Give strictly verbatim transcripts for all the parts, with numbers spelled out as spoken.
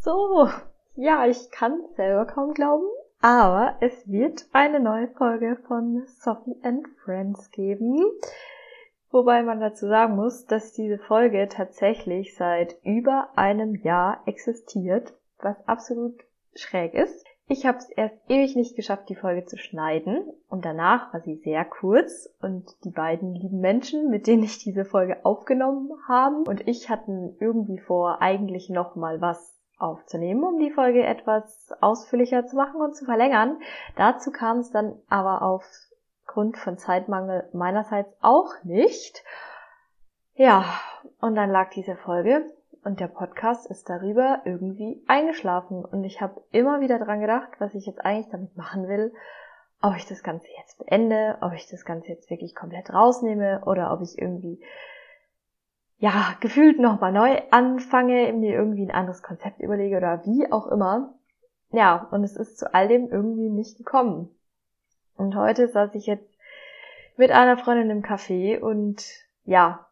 So, ja, ich kann es selber kaum glauben, aber es wird eine neue Folge von Sophie and Friends geben. Wobei man dazu sagen muss, dass diese Folge tatsächlich seit über einem Jahr existiert, was absolut schräg ist. Ich habe es erst ewig nicht geschafft, die Folge zu schneiden, und danach war sie sehr kurz und die beiden lieben Menschen, mit denen ich diese Folge aufgenommen habe, und ich hatten irgendwie vor, eigentlich noch mal was aufzunehmen, um die Folge etwas ausführlicher zu machen und zu verlängern. Dazu kam es dann aber aufgrund von Zeitmangel meinerseits auch nicht. Ja, und dann lag diese Folge und der Podcast ist darüber irgendwie eingeschlafen. Und ich habe immer wieder dran gedacht, was ich jetzt eigentlich damit machen will. Ob ich das Ganze jetzt beende, ob ich das Ganze jetzt wirklich komplett rausnehme oder ob ich irgendwie, ja, gefühlt nochmal neu anfange, mir irgendwie ein anderes Konzept überlege oder wie auch immer. Ja, und es ist zu all dem irgendwie nicht gekommen. Und heute saß ich jetzt mit einer Freundin im Café und ja,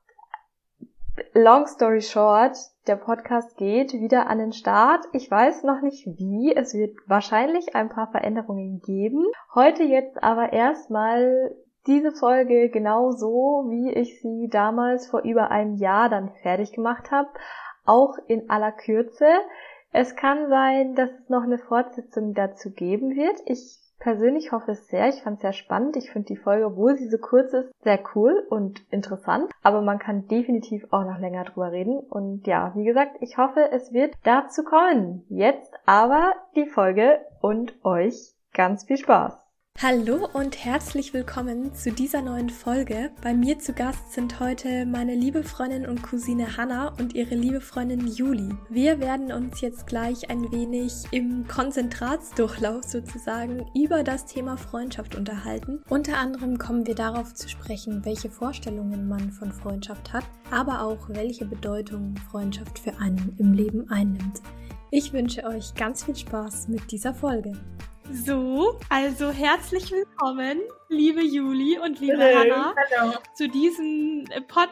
long story short, der Podcast geht wieder an den Start. Ich weiß noch nicht wie. Es wird wahrscheinlich ein paar Veränderungen geben. Heute jetzt aber erstmal diese Folge genau so, wie ich sie damals vor über einem Jahr dann fertig gemacht habe. Auch in aller Kürze. Es kann sein, dass es noch eine Fortsetzung dazu geben wird. Ich persönlich hoffe es sehr. Ich fand es sehr spannend. Ich finde die Folge, obwohl sie so kurz ist, sehr cool und interessant. Aber man kann definitiv auch noch länger drüber reden. Und ja, wie gesagt, ich hoffe, es wird dazu kommen. Jetzt aber die Folge und euch ganz viel Spaß. Hallo und herzlich willkommen zu dieser neuen Folge. Bei mir zu Gast sind heute meine liebe Freundin und Cousine Hannah und ihre liebe Freundin Juli. Wir werden uns jetzt gleich ein wenig im Konzentratsdurchlauf sozusagen über das Thema Freundschaft unterhalten. Unter anderem kommen wir darauf zu sprechen, welche Vorstellungen man von Freundschaft hat, aber auch welche Bedeutung Freundschaft für einen im Leben einnimmt. Ich wünsche euch ganz viel Spaß mit dieser Folge. So, also herzlich willkommen, liebe Juli und liebe Hallo. Hannah, Hallo. zu diesem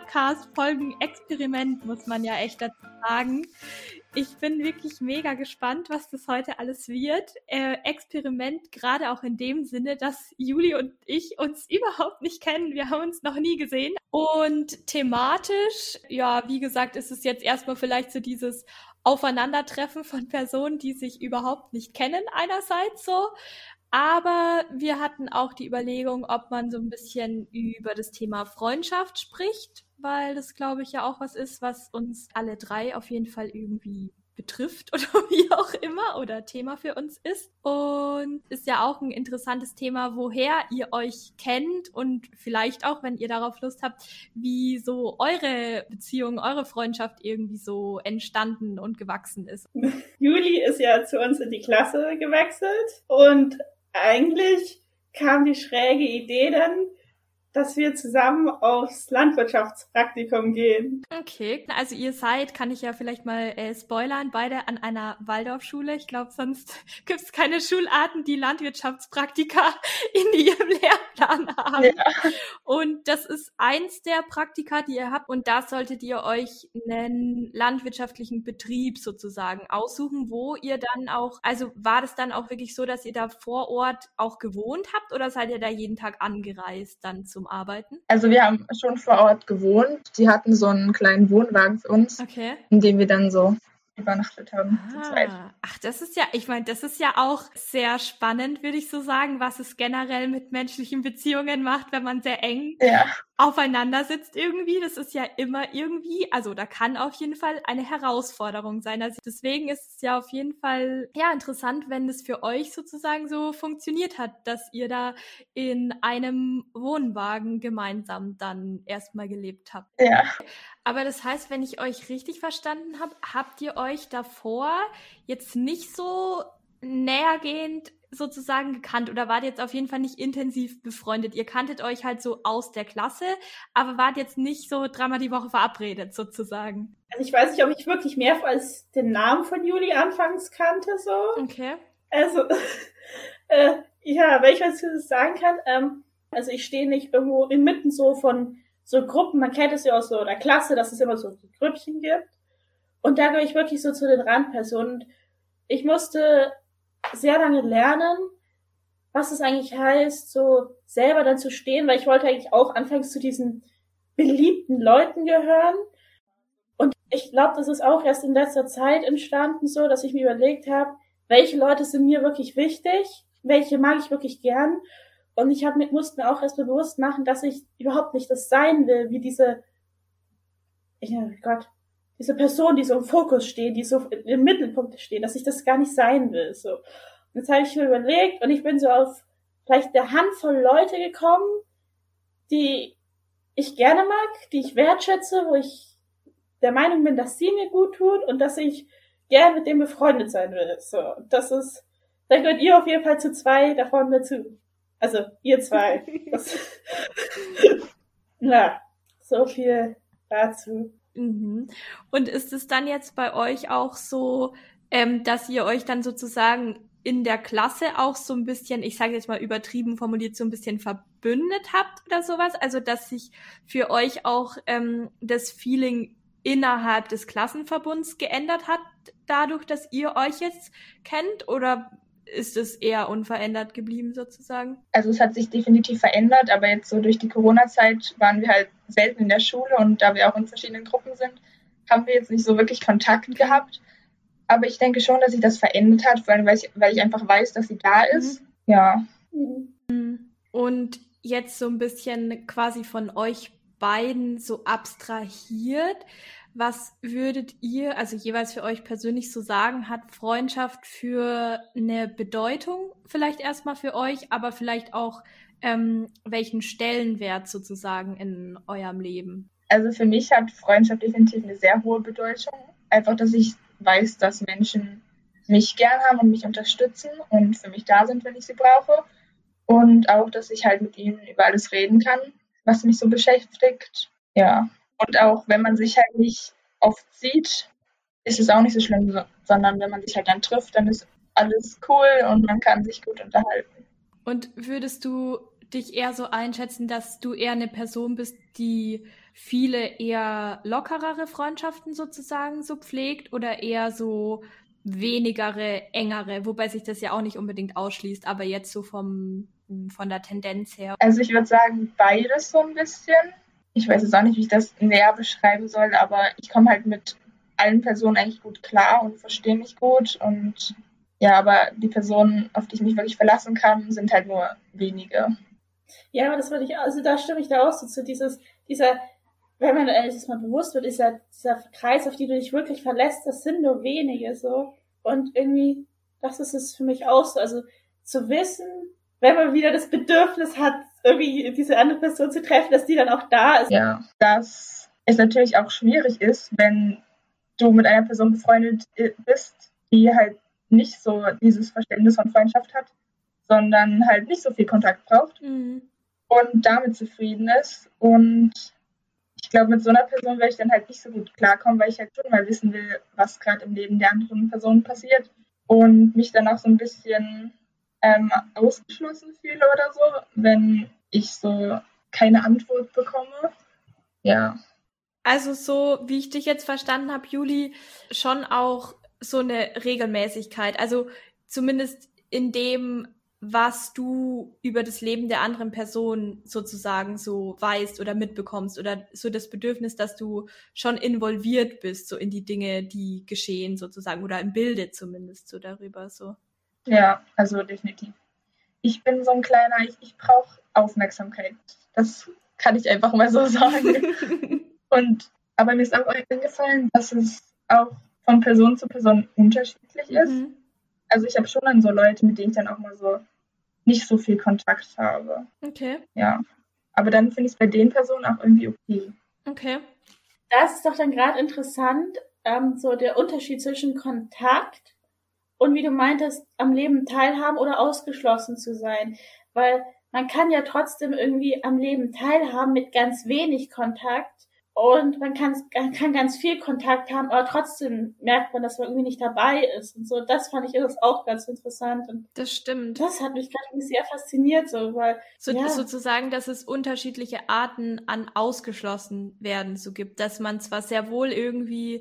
Podcast-Folgen-Experiment, muss man ja echt dazu sagen. Ich bin wirklich mega gespannt, was das heute alles wird. Äh, Experiment gerade auch in dem Sinne, dass Juli und ich uns überhaupt nicht kennen. Wir haben uns noch nie gesehen. Und thematisch, ja, wie gesagt, ist es jetzt erstmal vielleicht so dieses Aufeinandertreffen von Personen, die sich überhaupt nicht kennen einerseits so. Aber wir hatten auch die Überlegung, ob man so ein bisschen über das Thema Freundschaft spricht, weil das, glaube ich, ja auch was ist, was uns alle drei auf jeden Fall irgendwie betrifft oder wie auch immer oder Thema für uns ist. Und ist ja auch ein interessantes Thema, woher ihr euch kennt und vielleicht auch, wenn ihr darauf Lust habt, wie so eure Beziehung, eure Freundschaft irgendwie so entstanden und gewachsen ist. Juli ist ja zu uns in die Klasse gewechselt und eigentlich kam die schräge Idee dann, dass wir zusammen aufs Landwirtschaftspraktikum gehen. Okay, also ihr seid, kann ich ja vielleicht mal äh, spoilern, beide an einer Waldorfschule. Ich glaube, sonst gibt es keine Schularten, die Landwirtschaftspraktika in ihrem Lehrplan haben. Ja. Und das ist eins der Praktika, die ihr habt. Und da solltet ihr euch einen landwirtschaftlichen Betrieb sozusagen aussuchen, wo ihr dann auch, also war das dann auch wirklich so, dass ihr da vor Ort auch gewohnt habt oder seid ihr da jeden Tag angereist dann zum Arbeiten? Also wir haben schon vor Ort gewohnt. Die hatten so einen kleinen Wohnwagen für uns, okay, in dem wir dann so übernachtet haben. Ah, zur Zeit. Ach, das ist ja, ich meine, das ist ja auch sehr spannend, würde ich so sagen, was es generell mit menschlichen Beziehungen macht, wenn man sehr eng Ja. aufeinander sitzt irgendwie. Das ist ja immer irgendwie, also da kann auf jeden Fall eine Herausforderung sein. Also deswegen ist es ja auf jeden Fall ja interessant, wenn es für euch sozusagen so funktioniert hat, dass ihr da in einem Wohnwagen gemeinsam dann erstmal gelebt habt. Ja. Aber das heißt, wenn ich euch richtig verstanden habe, habt ihr euch davor jetzt nicht so nähergehend sozusagen gekannt oder wart jetzt auf jeden Fall nicht intensiv befreundet? Ihr kanntet euch halt so aus der Klasse, aber wart jetzt nicht so dreimal die Woche verabredet sozusagen. Also ich weiß nicht, ob ich wirklich mehr als den Namen von Juli anfangs kannte, so. Okay. Also, äh, ja, wenn ich was sagen kann, ähm, also ich stehe nicht irgendwo inmitten so von so Gruppen, man kennt es ja aus so einer Klasse, dass es immer so Grüppchen gibt. Und da gehöre ich wirklich so zu den Randpersonen. ich musste sehr lange lernen, was es eigentlich heißt, so selber dann zu stehen, weil ich wollte eigentlich auch anfangs zu diesen beliebten Leuten gehören. Und ich glaube, das ist auch erst in letzter Zeit entstanden, so, dass ich mir überlegt habe, welche Leute sind mir wirklich wichtig, welche mag ich wirklich gern. Und ich hab, musste mir auch erst bewusst machen, dass ich überhaupt nicht das sein will, wie diese, ich, oh Gott, diese Person, die so im Fokus steht, die so im Mittelpunkt steht, dass ich das gar nicht sein will. So. Und jetzt habe ich mir überlegt und ich bin so auf vielleicht eine Handvoll Leute gekommen, die ich gerne mag, die ich wertschätze, wo ich der Meinung bin, dass sie mir gut tut und dass ich gerne mit dem befreundet sein will. So, das ist, da gehört ihr auf jeden Fall zu zwei davon dazu. Also, ihr zwei. Das, ja, so viel dazu. Mhm. Und ist es dann jetzt bei euch auch so, ähm, dass ihr euch dann sozusagen in der Klasse auch so ein bisschen, ich sage jetzt mal übertrieben formuliert, so ein bisschen verbündet habt oder sowas? Also, dass sich für euch auch ähm, das Feeling innerhalb des Klassenverbunds geändert hat, dadurch, dass ihr euch jetzt kennt? Oder ist es eher unverändert geblieben sozusagen? Also es hat sich definitiv verändert, aber jetzt so durch die Corona-Zeit waren wir halt selten in der Schule und da wir auch in verschiedenen Gruppen sind, haben wir jetzt nicht so wirklich Kontakt gehabt. Aber ich denke schon, dass sich das verändert hat, vor allem weil ich, weil ich einfach weiß, dass sie da ist. Mhm. Ja. Und jetzt so ein bisschen quasi von euch beiden so abstrahiert, was würdet ihr, also jeweils für euch persönlich so sagen, hat Freundschaft für eine Bedeutung vielleicht erstmal für euch, aber vielleicht auch ähm, welchen Stellenwert sozusagen in eurem Leben? Also für mich hat Freundschaft definitiv eine sehr hohe Bedeutung. Einfach, dass ich weiß, dass Menschen mich gern haben und mich unterstützen und für mich da sind, wenn ich sie brauche. Und auch, dass ich halt mit ihnen über alles reden kann, was mich so beschäftigt. Ja. Und auch, wenn man sich halt nicht oft sieht, ist es auch nicht so schlimm, so, sondern wenn man sich halt dann trifft, dann ist alles cool und man kann sich gut unterhalten. Und würdest du dich eher so einschätzen, dass du eher eine Person bist, die viele eher lockerere Freundschaften sozusagen so pflegt oder eher so wenigere, engere, wobei sich das ja auch nicht unbedingt ausschließt, aber jetzt so vom, von der Tendenz her? Also ich würde sagen, beides so ein bisschen. Ich weiß jetzt auch nicht, wie ich das näher beschreiben soll, aber ich komme halt mit allen Personen eigentlich gut klar und verstehe mich gut. Und ja, aber die Personen, auf die ich mich wirklich verlassen kann, sind halt nur wenige. Ja, aber das würde ich, also da stimme ich da auch so zu. Dieses, dieser, wenn man ehrlich das mal bewusst wird, dieser, dieser Kreis, auf die du dich wirklich verlässt, das sind nur wenige so. Und irgendwie, das ist es für mich auch so. Also zu wissen, wenn man wieder das Bedürfnis hat, irgendwie diese andere Person zu treffen, dass die dann auch da ist. Ja, dass es natürlich auch schwierig ist, wenn du mit einer Person befreundet bist, die halt nicht so dieses Verständnis von Freundschaft hat, sondern halt nicht so viel Kontakt braucht mhm. und damit zufrieden ist. Und ich glaube, mit so einer Person werde ich dann halt nicht so gut klarkommen, weil ich halt schon mal wissen will, was gerade im Leben der anderen Person passiert und mich dann auch so ein bisschen ähm, ausgeschlossen fühle oder so, wenn ich so keine Antwort bekomme. Ja. Also so, wie ich dich jetzt verstanden habe, Juli, schon auch so eine Regelmäßigkeit. Also zumindest in dem, was du über das Leben der anderen Person sozusagen so weißt oder mitbekommst oder so das Bedürfnis, dass du schon involviert bist, so in die Dinge, die geschehen sozusagen oder im Bilde zumindest so darüber so. Ja, also definitiv. Ich bin so ein kleiner, ich, ich brauche Aufmerksamkeit. Das kann ich einfach mal so sagen. Und aber mir ist auch eingefallen, dass es auch von Person zu Person unterschiedlich ist. Mhm. Also ich habe schon dann so Leute, mit denen ich dann auch mal so nicht so viel Kontakt habe. Okay. Ja. Aber dann finde ich es bei den Personen auch irgendwie okay. Okay. Das ist doch dann gerade interessant, ähm, so der Unterschied zwischen Kontakt und wie du meintest, am Leben teilhaben oder ausgeschlossen zu sein. Weil man kann ja trotzdem irgendwie am Leben teilhaben mit ganz wenig Kontakt. Und man kann, kann ganz viel Kontakt haben, aber trotzdem merkt man, dass man irgendwie nicht dabei ist. Und so, das fand ich ist auch ganz interessant. Und das stimmt. Das hat mich gerade sehr fasziniert, so, weil, so, ja. sozusagen, dass es unterschiedliche Arten an ausgeschlossen werden so gibt. Dass man zwar sehr wohl irgendwie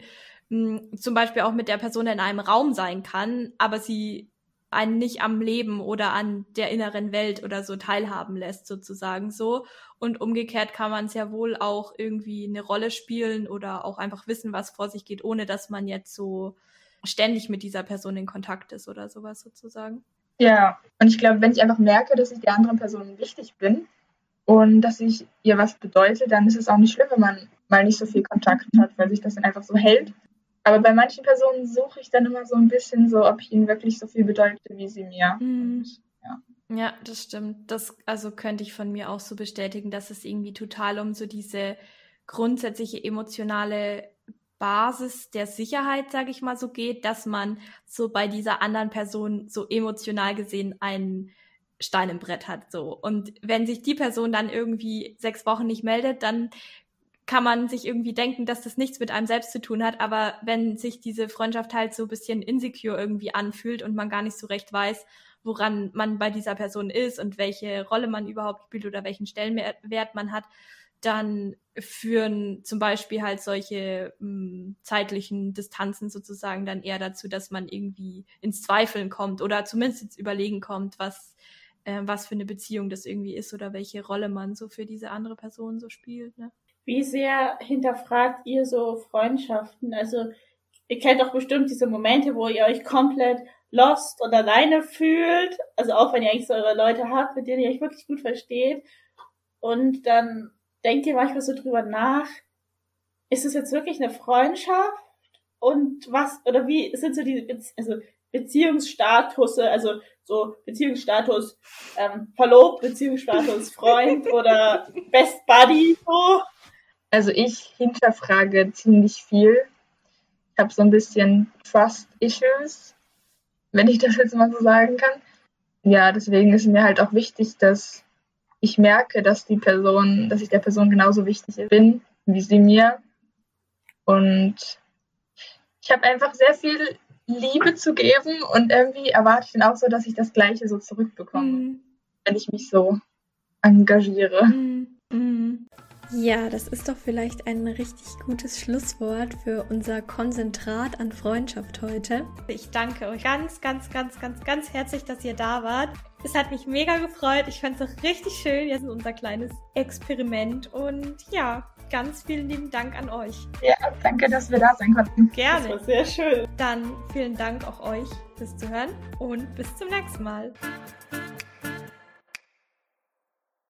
mh, zum Beispiel auch mit der Person in einem Raum sein kann, aber sie einen nicht am Leben oder an der inneren Welt oder so teilhaben lässt, sozusagen so. Und umgekehrt kann man es ja wohl auch irgendwie eine Rolle spielen oder auch einfach wissen, was vor sich geht, ohne dass man jetzt so ständig mit dieser Person in Kontakt ist oder sowas sozusagen. Ja, und ich glaube, wenn ich einfach merke, dass ich der anderen Person wichtig bin und dass ich ihr was bedeute, dann ist es auch nicht schlimm, wenn man mal nicht so viel Kontakt hat, weil sich das dann einfach so hält. Aber bei manchen Personen suche ich dann immer so ein bisschen so, ob ich ihnen wirklich so viel bedeute, wie sie mir. Mhm. Und, ja. Ja, das stimmt. Das also könnte ich von mir auch so bestätigen, dass es irgendwie total um so diese grundsätzliche emotionale Basis der Sicherheit, sage ich mal so, geht, dass man so bei dieser anderen Person so emotional gesehen einen Stein im Brett hat. So. Und wenn sich die Person dann irgendwie sechs Wochen nicht meldet, dann kann man sich irgendwie denken, dass das nichts mit einem selbst zu tun hat, aber wenn sich diese Freundschaft halt so ein bisschen insecure irgendwie anfühlt und man gar nicht so recht weiß, woran man bei dieser Person ist und welche Rolle man überhaupt spielt oder welchen Stellenwert man hat, dann führen zum Beispiel halt solche mh, zeitlichen Distanzen sozusagen dann eher dazu, dass man irgendwie ins Zweifeln kommt oder zumindest ins Überlegen kommt, was, äh, was für eine Beziehung das irgendwie ist oder welche Rolle man so für diese andere Person so spielt, ne? Wie sehr hinterfragt ihr so Freundschaften? Also ihr kennt doch bestimmt diese Momente, wo ihr euch komplett lost und alleine fühlt. Also auch wenn ihr eigentlich so eure Leute habt, mit denen ihr euch wirklich gut versteht. Und dann denkt ihr manchmal so drüber nach, ist es jetzt wirklich eine Freundschaft? Und was, oder wie sind so die Be- also Beziehungsstatus, also so Beziehungsstatus ähm, verlobt, Beziehungsstatus Freund oder Best Buddy, so? Also ich hinterfrage ziemlich viel. Ich habe so ein bisschen Trust-Issues, wenn ich das jetzt mal so sagen kann. Ja, deswegen ist mir halt auch wichtig, dass ich merke, dass die Person, dass ich der Person genauso wichtig bin, wie sie mir. Und ich habe einfach sehr viel Liebe zu geben und irgendwie erwarte ich dann auch so, dass ich das Gleiche so zurückbekomme, Mhm. wenn ich mich so engagiere. Mhm. Mhm. Ja, das ist doch vielleicht ein richtig gutes Schlusswort für unser Konzentrat an Freundschaft heute. Ich danke euch ganz, ganz, ganz, ganz, ganz herzlich, dass ihr da wart. Es hat mich mega gefreut. Ich fand es auch richtig schön. Jetzt ist unser kleines Experiment. Und ja, ganz vielen lieben Dank an euch. Ja, danke, dass wir da sein konnten. Gerne. Das war sehr schön. Dann vielen Dank auch euch fürs Zuhören und bis zum nächsten Mal.